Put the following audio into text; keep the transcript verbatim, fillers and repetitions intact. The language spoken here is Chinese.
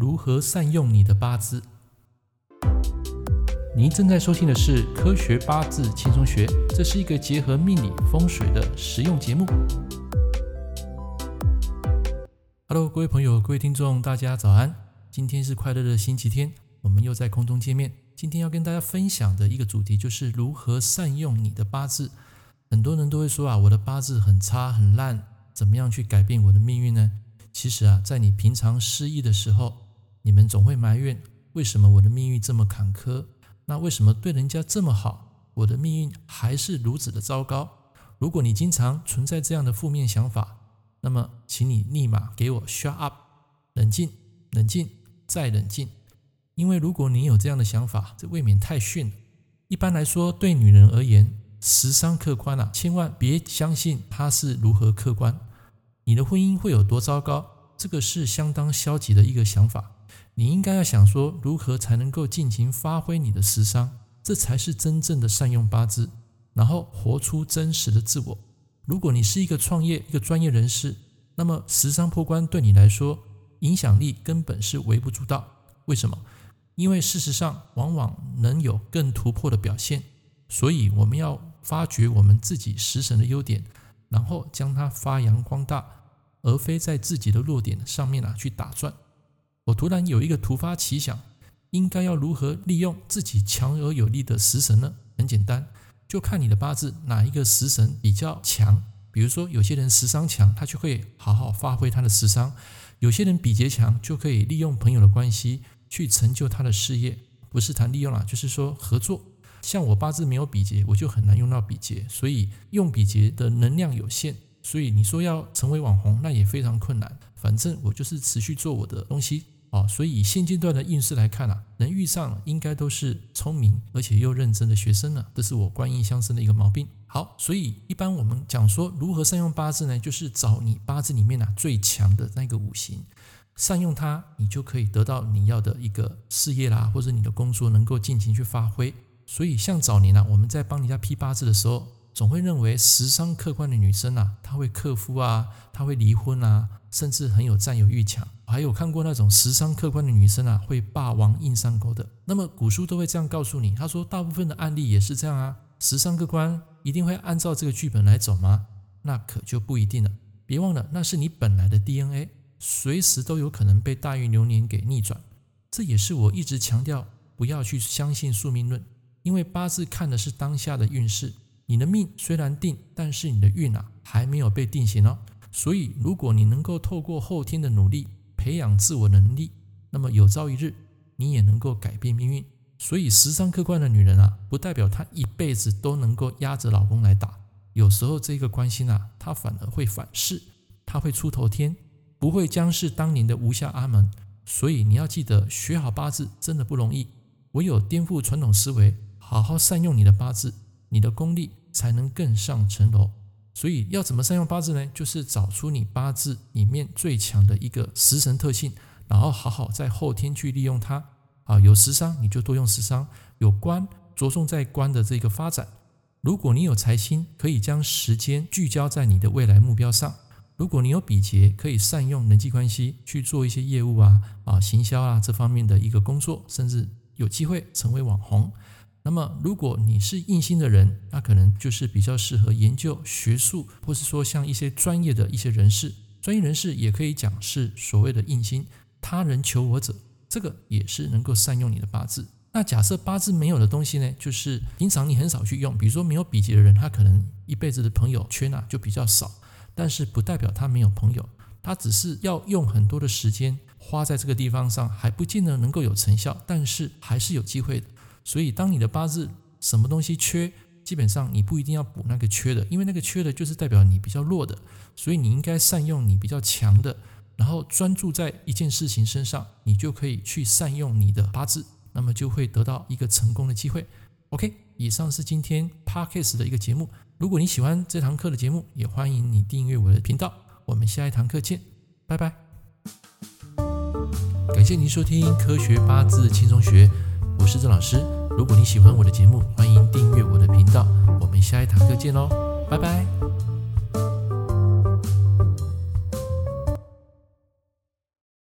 如何善用你的八字。您正在收听的是科学八字轻松学，这是一个结合命理风水的实用节目。Hello， 各位朋友，各位听众，大家早安！今天是快乐的星期天，我们又在空中见面。今天要跟大家分享的一个主题就是如何善用你的八字。很多人都会说啊，我的八字很差很烂，怎么样去改变我的命运呢？其实啊，在你平常失意的时候，你们总会埋怨，为什么我的命运这么坎坷？那为什么对人家这么好，我的命运还是如此的糟糕？如果你经常存在这样的负面想法，那么请你立马给我 shut up， 冷静冷静再冷静。因为如果你有这样的想法，这未免太逊了。一般来说，对女人而言，时商客观啊，千万别相信它是如何客观。你的婚姻会有多糟糕，这个是相当消极的一个想法。你应该要想说，如何才能够尽情发挥你的时商，这才是真正的善用八字，然后活出真实的自我。如果你是一个创业一个专业人士，那么时商破关对你来说影响力根本是微不足道。为什么？因为事实上往往能有更突破的表现，所以我们要发掘我们自己食神的优点，然后将它发扬光大，而非在自己的弱点上面啊去打转。我突然有一个突发奇想，应该要如何利用自己强而有力的食神呢？很简单，就看你的八字哪一个食神比较强。比如说有些人食伤强，他就会好好发挥他的食伤；有些人比劫强，就可以利用朋友的关系去成就他的事业。不是谈利用啦，就是说合作。像我八字没有比劫，我就很难用到比劫，所以用比劫的能量有限，所以你说要成为网红，那也非常困难。反正我就是持续做我的东西。哦，所以以现阶段的运势来看啊，能遇上应该都是聪明而且又认真的学生了，这是我观印相生的一个毛病。好，所以一般我们讲说如何善用八字呢，就是找你八字里面啊最强的那个五行，善用它，你就可以得到你要的一个事业啦，或者你的工作能够尽情去发挥。所以像早年啊，我们在帮人家批八字的时候，总会认为时商客观的女生啊，她会克夫啊，她会离婚啊，甚至很有占有欲强。还有看过那种时商客观的女生啊，会霸王硬上钩的。那么古书都会这样告诉你，他说大部分的案例也是这样啊。时商客观一定会按照这个剧本来走吗？那可就不一定了。别忘了，那是你本来的 D N A， 随时都有可能被大运流年给逆转。这也是我一直强调不要去相信宿命论，因为八字看的是当下的运势。你的命虽然定，但是你的运啊还没有被定型哦。所以如果你能够透过后天的努力培养自我能力，那么有朝一日你也能够改变命运。所以时商客观的女人啊，不代表她一辈子都能够压着老公来打。有时候这个关系啊，她反而会反噬，她会出头天，不会将是当年的无下阿门。所以你要记得，学好八字真的不容易，唯有颠覆传统思维，好好善用你的八字，你的功力才能更上层楼。所以要怎么善用八字呢？就是找出你八字里面最强的一个食神特性，然后好好在后天去利用它。啊，有食伤你就多用食伤，有官着重在官的这个发展。如果你有财星，可以将时间聚焦在你的未来目标上。如果你有比劫，可以善用人际关系去做一些业务啊、啊行销啊这方面的一个工作，甚至有机会成为网红。那么如果你是印星的人，那可能就是比较适合研究学术，或是说像一些专业的一些人士。专业人士也可以讲是所谓的印星，他人求我者，这个也是能够善用你的八字。那假设八字没有的东西呢，就是平常你很少去用，比如说没有比劫的人，他可能一辈子的朋友圈啊就比较少，但是不代表他没有朋友，他只是要用很多的时间花在这个地方上，还不见得能够有成效，但是还是有机会的。所以当你的八字什么东西缺，基本上你不一定要补那个缺的，因为那个缺的就是代表你比较弱的，所以你应该善用你比较强的，然后专注在一件事情身上，你就可以去善用你的八字，那么就会得到一个成功的机会。 OK， 以上是今天 Podcast 的一个节目。如果你喜欢这堂课的节目，也欢迎你订阅我的频道。我们下一堂课见，拜拜。感谢您收听科学八字轻松学，我是郑老师。如果你喜欢我的节目，欢迎订阅我的频道。我们下一堂课见喽，拜拜。